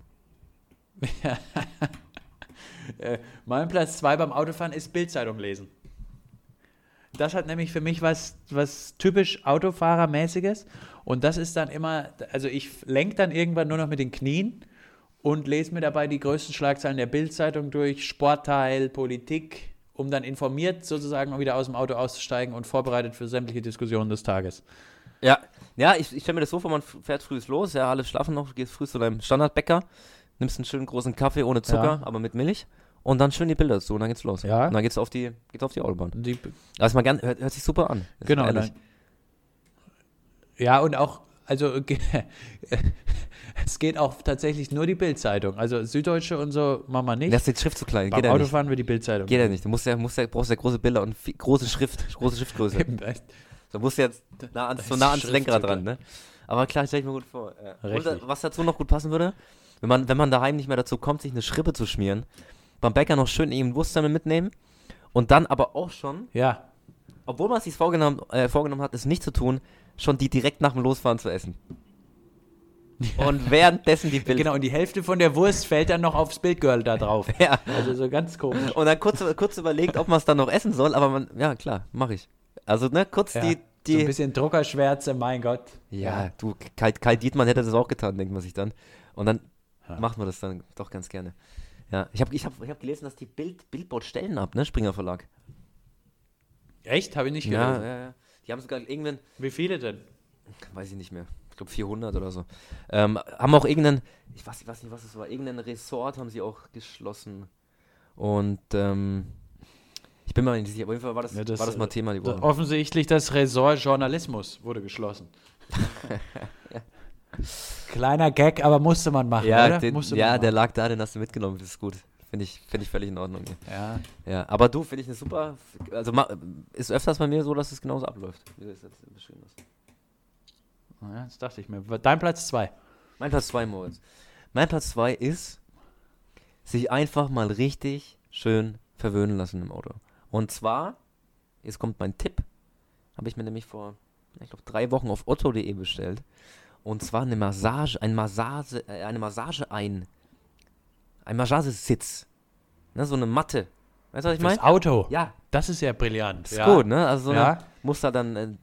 Mein Platz 2 beim Autofahren ist Bildzeitung lesen. Das hat nämlich für mich was typisch Autofahrermäßiges. Und das ist dann immer, also ich lenke dann irgendwann nur noch mit den Knien und lese mir dabei die größten Schlagzeilen der Bild-Zeitung durch, Sportteil, Politik, um dann informiert sozusagen wieder aus dem Auto auszusteigen und vorbereitet für sämtliche Diskussionen des Tages. Ja, ich stelle mir das so vor, man fährt früh los, ja, alle schlafen noch, gehst früh zu deinem Standardbäcker, nimmst einen schönen großen Kaffee ohne Zucker, aber mit Milch und dann schön die Bilder dazu und dann geht's los. Ja. Und dann geht's auf die Autobahn. Die, Also mal gern, hört sich super an. genau. Ehrlich. Ja, und auch, also es geht auch tatsächlich nur die Bild-Zeitung. Also Süddeutsche und so machen wir nicht. Lass die Schrift zu klein, Beim geht ja nicht. Autofahren wird die Bild-Zeitung. Geht ja nicht. Du brauchst ja große Bilder und große Schriftgröße. Eben, echt. Du musst jetzt nah ans Lenkrad dran, ne? Aber klar, stell ich mir gut vor. Ja. Und was dazu noch gut passen würde, wenn man daheim nicht mehr dazu kommt, sich eine Schrippe zu schmieren, beim Bäcker noch schön eben Wurstsemmeln mitnehmen und dann aber auch schon, Ja. obwohl man es sich vorgenommen hat, es nicht zu tun, schon die direkt nach dem Losfahren zu essen. Ja. Und währenddessen die Bilder. Genau, und die Hälfte von der Wurst fällt dann noch aufs Bildgirl da drauf. Ja. Also so ganz komisch. Und dann kurz überlegt, ob man es dann noch essen soll, aber ja klar, mache ich. Also, ne, kurz Ja. die. So ein bisschen Druckerschwärze, mein Gott. Ja, du, Kai Dietmann hätte das auch getan, denkt man sich dann. Und dann macht man das dann doch ganz gerne. Ja, ich hab gelesen, dass die Bild baut Stellen ab, ne, Springer Verlag. Echt? Habe ich nicht gelesen. Ja. Die haben sogar irgendwann, Wie viele denn? weiß ich nicht mehr, ich glaube 400 oder so. Haben auch ich weiß nicht, was es war, irgendein Resort haben sie auch geschlossen. Und, ich bin mir nicht sicher, auf jeden Fall war das mal Thema die Woche. Offensichtlich das Ressort Journalismus wurde geschlossen. Ja. Kleiner Gag, aber musste man machen, oder? Der lag da, den hast du mitgenommen, das ist gut. Finde ich völlig in Ordnung. Ja, aber du, finde ich eine super, also ist öfters bei mir so, dass es genauso abläuft, wie du es jetzt beschrieben hast. Ja, das dachte ich mir. Dein Platz 2. Mein Platz 2, Moritz. Mein Platz 2 ist, sich einfach mal richtig schön verwöhnen lassen im Auto. Und zwar, jetzt kommt mein Tipp, habe ich mir nämlich vor, ich glaube 3 Wochen auf otto.de bestellt. Und zwar ein Massagesitz. Ne, so eine Matte. Weißt du, was ich meine? Das Auto. Ja. Das ist ja brillant. Ist gut, ne? Also musst da dann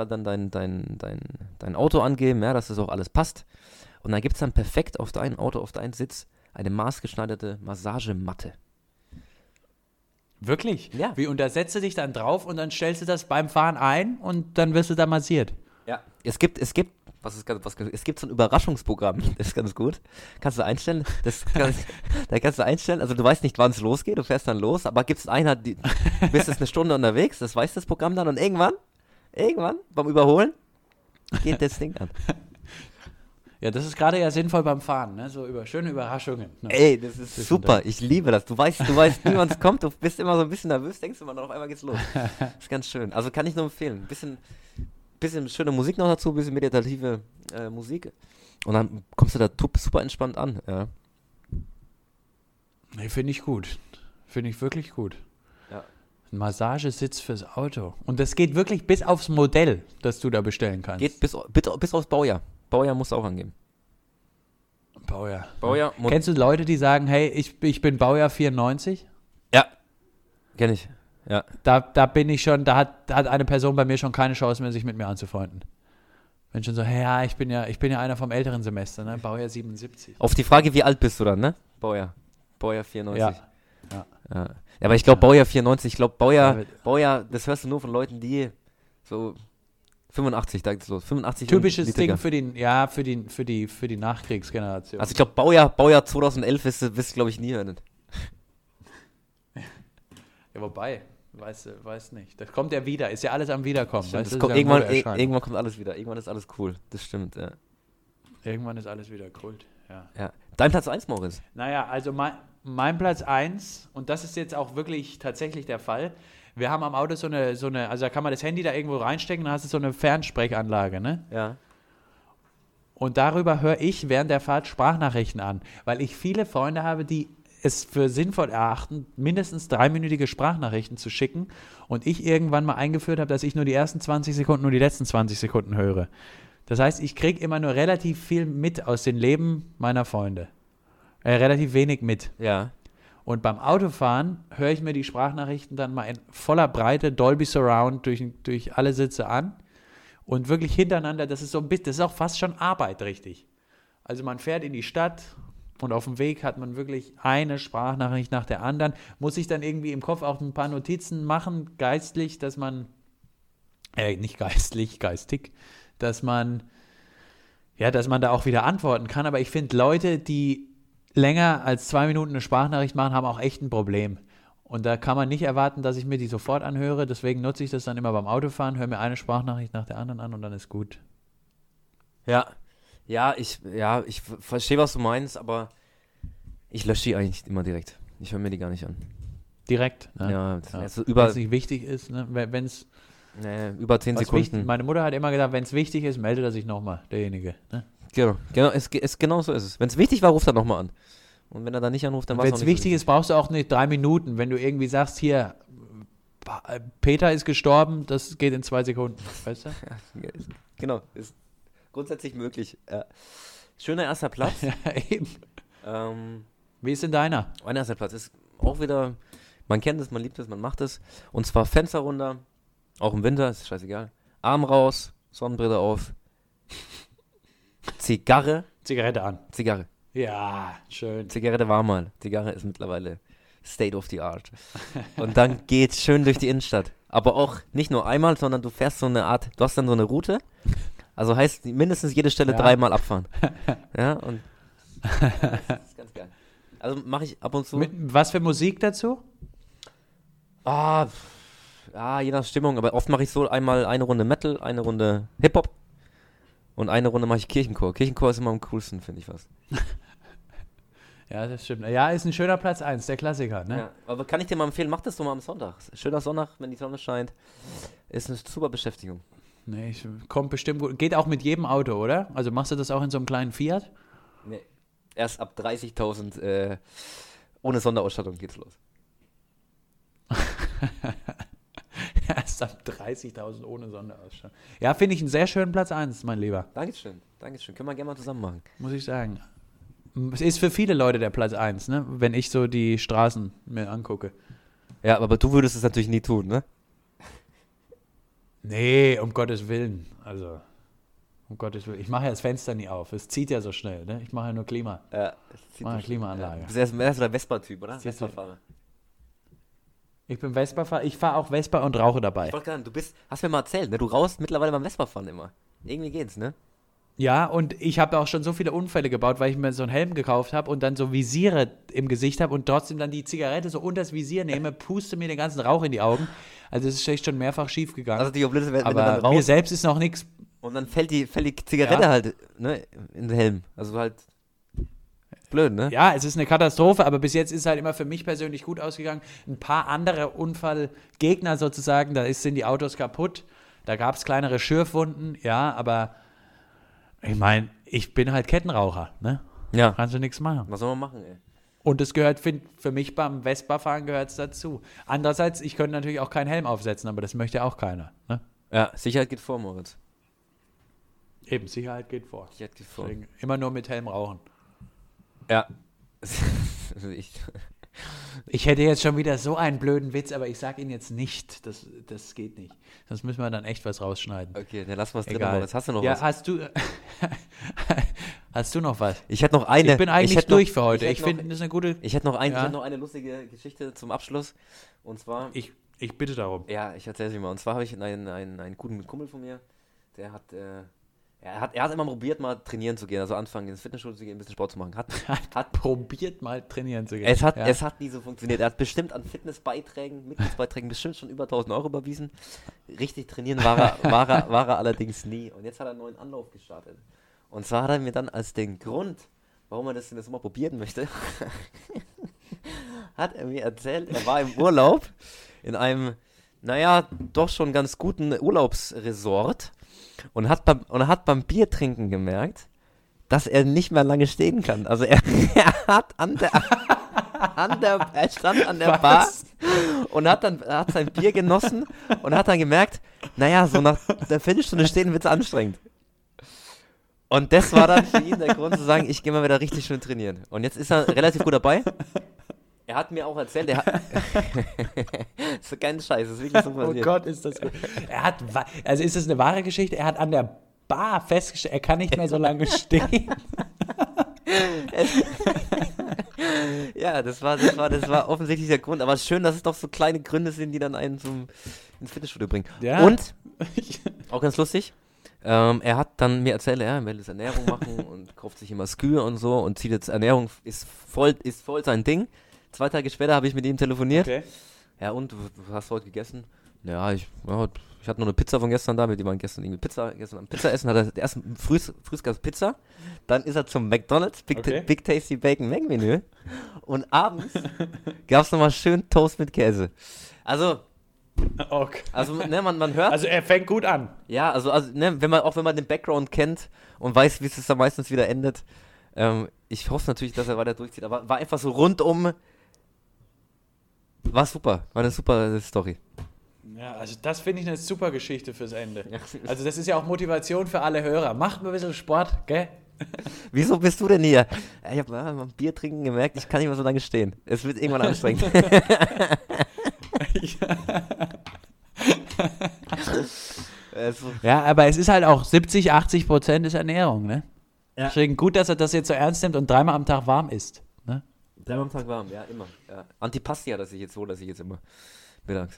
dein Auto angeben, ja, dass das auch alles passt. Und dann gibt es dann perfekt auf dein Auto, auf deinen Sitz, eine maßgeschneiderte Massagematte. Wirklich? Ja. Wie, und da setzt du dich dann drauf und dann stellst du das beim Fahren ein und dann wirst du da massiert. Ja. Es gibt so ein Überraschungsprogramm, das ist ganz gut. Kannst du einstellen, da kannst du einstellen, also du weißt nicht, wann es losgeht, du fährst dann los, aber gibt es einer, du bist jetzt eine Stunde unterwegs, das weiß das Programm dann und irgendwann, beim Überholen, geht das Ding an. Ja, das ist gerade ja sinnvoll beim Fahren, ne? So schöne Überraschungen. Ne? Ey, das ist super, ich liebe das. Du weißt nie, wann es kommt, du bist immer so ein bisschen nervös, denkst du mal, auf einmal geht's los. Das ist ganz schön. Also kann ich nur empfehlen. Bisschen schöne Musik noch dazu, bisschen meditative Musik. Und dann kommst du da super entspannt an. Ja. Nee, finde ich gut. Finde ich wirklich gut. Ja. Ein Massagesitz fürs Auto. Und das geht wirklich bis aufs Modell, das du da bestellen kannst. Geht bis aufs Baujahr. Baujahr musst du auch angeben. Baujahr. Kennst du Leute, die sagen, hey, ich bin Baujahr 94? Ja. Kenn ich. Ja. Da bin ich schon, da hat eine Person bei mir schon keine Chance mehr, sich mit mir anzufreunden. Wenn schon so, hey, ja, ich bin ja einer vom älteren Semester, ne? Baujahr 77. Auf die Frage, wie alt bist du dann, ne? Baujahr 94. Ja. Ja, aber ich glaube Baujahr 94, ich glaube Baujahr, das hörst du nur von Leuten, die so 85, da geht's los. 85 typisches Ding für die Nachkriegsgeneration. Also ich glaube Baujahr 2011 wirst du glaube ich nie hören. Ja, wobei, weiß nicht. Das kommt ja wieder, ist ja alles am Wiederkommen. Stimmt, weißt, irgendwann kommt alles wieder, irgendwann ist alles cool, das stimmt, ja. Irgendwann ist alles wieder Kult, ja. Dein Platz 1, Moritz? Naja, also mein Platz 1, und das ist jetzt auch wirklich tatsächlich der Fall, wir haben am Auto so eine, also da kann man das Handy da irgendwo reinstecken, dann hast du so eine Fernsprechanlage, ne? Ja. Und darüber höre ich während der Fahrt Sprachnachrichten an, weil ich viele Freunde habe, die es für sinnvoll erachten, mindestens 3-minütige Sprachnachrichten zu schicken und ich irgendwann mal eingeführt habe, dass ich nur die ersten 20 Sekunden, nur die letzten 20 Sekunden höre. Das heißt, ich kriege immer nur relativ viel mit aus dem Leben meiner Freunde. Relativ wenig mit. Ja. Und beim Autofahren höre ich mir die Sprachnachrichten dann mal in voller Breite, Dolby Surround, durch alle Sitze an und wirklich hintereinander, das ist auch fast schon Arbeit, richtig. Also man fährt in die Stadt und auf dem Weg hat man wirklich eine Sprachnachricht nach der anderen, muss sich dann irgendwie im Kopf auch ein paar Notizen machen, geistlich, dass man, nicht geistlich, geistig, dass man da auch wieder antworten kann. Aber ich finde, Leute, die länger als 2 Minuten eine Sprachnachricht machen, haben auch echt ein Problem. Und da kann man nicht erwarten, dass ich mir die sofort anhöre. Deswegen nutze ich das dann immer beim Autofahren, höre mir eine Sprachnachricht nach der anderen an und dann ist gut. Ja, ich verstehe, was du meinst, aber ich lösche die eigentlich immer direkt. Ich höre mir die gar nicht an. Direkt? Ne? Ja, wenn es nicht wichtig ist, ne? Wenn es über 10 Sekunden. Meine Mutter hat immer gesagt, wenn es wichtig ist, meldet er sich nochmal, derjenige. Ne? Genau, genau so ist es. Wenn es wichtig war, ruft er nochmal an. Und wenn er dann nicht anruft, dann war es auch nicht. Wenn es wichtig ist, brauchst du auch nicht 3 Minuten. Wenn du irgendwie sagst, hier, Peter ist gestorben, das geht in 2 Sekunden. Weißt du? Ja, genau, ist grundsätzlich möglich. Schöner erster Platz. Ja, eben. Wie ist denn deiner? Mein erster Platz ist auch wieder, man kennt es, man liebt es, man macht es. Und zwar Fenster runter, auch im Winter, ist scheißegal. Arm raus, Sonnenbrille auf, Zigarette an. Zigarre. Ja, schön. Zigarette war mal. Zigarre ist mittlerweile State of the Art. Und dann geht's schön durch die Innenstadt. Aber auch nicht nur einmal, sondern du fährst so eine Art, du hast dann so eine Route. Also heißt mindestens jede Stelle 3-mal abfahren. Ja, und das ist ganz geil. Also mache ich ab und zu. Was für Musik dazu? Je nach Stimmung. Aber oft mache ich so einmal eine Runde Metal, eine Runde Hip-Hop und eine Runde mache ich Kirchenchor. Kirchenchor ist immer am coolsten, finde ich fast. Ja, das stimmt. Ja, ist ein schöner Platz 1, der Klassiker, ne? Ja, aber kann ich dir mal empfehlen, mach das doch mal am Sonntag. Schöner Sonntag, wenn die Sonne scheint. Ist eine super Beschäftigung. Nee, kommt bestimmt gut. Geht auch mit jedem Auto, oder? Also machst du das auch in so einem kleinen Fiat? Nee. Erst ab 30.000 ohne Sonderausstattung geht's los. Erst ab 30.000 ohne Sonderausstattung. Ja, finde ich einen sehr schönen Platz 1, mein Lieber. Dankeschön. Können wir gerne mal zusammen machen. Muss ich sagen. Es ist für viele Leute der Platz 1, ne? Wenn ich so die Straßen mir angucke. Ja, aber du würdest es natürlich nie tun, ne? Nee, um Gottes Willen. Also, um Gottes Willen. Ich mache ja das Fenster nie auf. Es zieht ja so schnell, ne? Ich mache ja nur Klima. Ja, Mache eine Klimaanlage. Du bist mehr so der Vespa-Typ, oder? Siehst du? Vespa-Fahrer. Ich bin Vespa-Fahrer. Ich fahre auch Vespa und rauche dabei. Ich wollte gerade sagen, hast mir mal erzählt, ne? Du rauchst mittlerweile beim Vespa-Fahren immer. Irgendwie geht's, ne? Ja, und ich habe auch schon so viele Unfälle gebaut, weil ich mir so einen Helm gekauft habe und dann so Visiere im Gesicht habe und trotzdem dann die Zigarette so unter das Visier nehme, puste mir den ganzen Rauch in die Augen. Also es ist echt schon mehrfach schief gegangen. Also die Blöde, wenn du dann aber rauchst mir selbst ist noch nichts. und dann fällt die Zigarette Ja. halt, ne? In den Helm. Also halt blöd, ne? Ja, es ist eine Katastrophe, aber bis jetzt ist es halt immer für mich persönlich gut ausgegangen. Ein paar andere Unfallgegner sozusagen, sind die Autos kaputt. Da gab es kleinere Schürfwunden, ja, aber ich meine, ich bin halt Kettenraucher, ne? Ja. Kannst du nichts machen. Was soll man machen, ey? Und es gehört, für mich beim Vespa-Fahren gehört es dazu. Andererseits, ich könnte natürlich auch keinen Helm aufsetzen, aber das möchte auch keiner. Ne? Ja, Sicherheit geht vor, Moritz. Eben, Sicherheit geht vor. Sicherheit geht vor. Deswegen immer nur mit Helm rauchen. Ja. Ich hätte jetzt schon wieder so einen blöden Witz, aber ich sage ihn jetzt nicht. Das geht nicht. Sonst müssen wir dann echt was rausschneiden. Okay, dann lassen wir es drin, Egal. Moritz. Hast du noch Ja, was? hast du noch was? Ich hätte noch eine. Ich bin eigentlich hätte noch- durch für heute. ich Ich hätte finde, das ist eine gute. Ich hätte noch Ja. eine lustige Geschichte zum Abschluss. Und zwar, Ich bitte darum. ja, ich erzähle sie mal. Und zwar habe ich einen guten Kumpel von mir, der hat, er hat immer probiert, mal trainieren zu gehen, also anfangen ins Fitnessstudio zu gehen, ein bisschen Sport zu machen. Hat probiert, mal trainieren zu gehen. Es hat Ja. nie so funktioniert. Er hat bestimmt an Mitgliedsbeiträgen bestimmt schon über 1.000 Euro überwiesen. Richtig trainieren war er allerdings nie. Und jetzt hat er einen neuen Anlauf gestartet. Und zwar hat er mir dann als den Grund, warum er das in der Sommer probieren möchte, hat er mir erzählt, er war im Urlaub in einem, naja, doch schon ganz guten Urlaubsresort und hat beim Biertrinken gemerkt, dass er nicht mehr lange stehen kann. Also er hat er stand an der Bar und hat sein Bier genossen und hat dann gemerkt, naja, so nach der Viertelstunde stehen wird es anstrengend. Und das war dann für ihn der Grund zu sagen, ich gehe mal wieder richtig schön trainieren. Und jetzt ist er relativ gut dabei. Er hat mir auch erzählt, das ist kein Scheiß, das ist wirklich so Oh passiert. Gott, ist das gut. Also ist das eine wahre Geschichte? Er hat an der Bar festgestellt, er kann nicht mehr so lange stehen. Ja, das war offensichtlich der Grund. Aber schön, dass es doch so kleine Gründe sind, die dann einen ins Fitnessstudio bringen. Ja. Und, auch ganz lustig, er hat dann mir erzählt, er will jetzt Ernährung machen und kauft sich immer Skür und so und zieht jetzt Ernährung, ist voll sein Ding. 2 Tage später habe ich mit ihm telefoniert. Okay. Ja, und, du hast heute gegessen? Ja, ich hatte noch eine Pizza von gestern da, die waren gestern am Pizza essen, hat er erst frühs Pizza, dann ist er zum McDonald's, Big Tasty Bacon Mac-Menü und abends gab es nochmal schön Toast mit Käse. Also, Okay. ne, man hört, Also er fängt gut an. ja, ne, wenn man den Background kennt und weiß, wie es dann meistens wieder endet, ich hoffe natürlich, dass er weiter durchzieht, aber war einfach so rundum, war super, war eine super Story. Ja, also das finde ich eine super Geschichte fürs Ende. Ja. Also das ist ja auch Motivation für alle Hörer. Macht mal ein bisschen Sport, gell? Wieso bist du denn hier? Ich habe beim Bier trinken gemerkt, ich kann nicht mehr so lange stehen. Es wird irgendwann anstrengend. Ja, aber es ist halt auch 70-80% ist Ernährung, ne? Ja. Deswegen gut, dass er das jetzt so ernst nimmt und 3-mal am Tag warm isst. Ne? 3 am Tag warm, ja, immer. Ja. Antipasti dass ich jetzt immer mittags.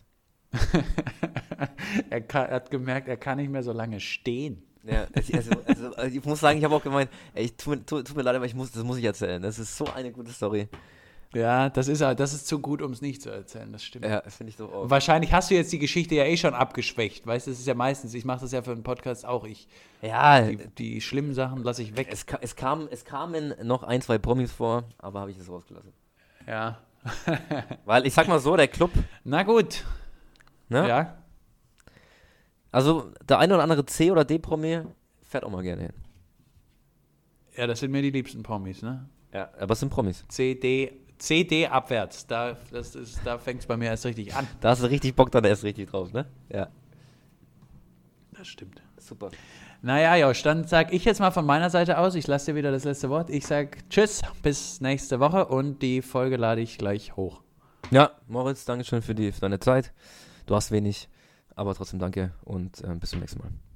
Er hat gemerkt, er kann nicht mehr so lange stehen. Ja, also ich muss sagen, ich habe auch gemeint, ey, tut mir leid, aber das muss ich erzählen. Das ist so eine gute Story. Ja, das ist zu gut, um es nicht zu erzählen, das stimmt. Ja, finde ich so auch. Und wahrscheinlich hast du jetzt die Geschichte ja eh schon abgeschwächt, weißt du, das ist ja meistens, ich mache das ja für einen Podcast auch, Ja, die schlimmen Sachen lasse ich weg. es kamen noch 1, 2 Promis vor, aber habe ich es rausgelassen. Ja. Weil ich sag mal so, der Club, Na gut. ne? Ja. Also der eine oder andere C- oder D-Promi fährt auch mal gerne hin. Ja, das sind mir die liebsten Promis, ne? Ja, aber es sind Promis. CD abwärts, da fängt es bei mir erst richtig an. Da hast du richtig Bock, dann erst richtig drauf, ne? Ja. Das stimmt. Super. Naja, Josh, dann sag ich jetzt mal von meiner Seite aus, ich lasse dir wieder das letzte Wort. Ich sag tschüss, bis nächste Woche und die Folge lade ich gleich hoch. Ja, Moritz, Dankeschön für deine Zeit. Du hast wenig aber trotzdem danke und bis zum nächsten Mal.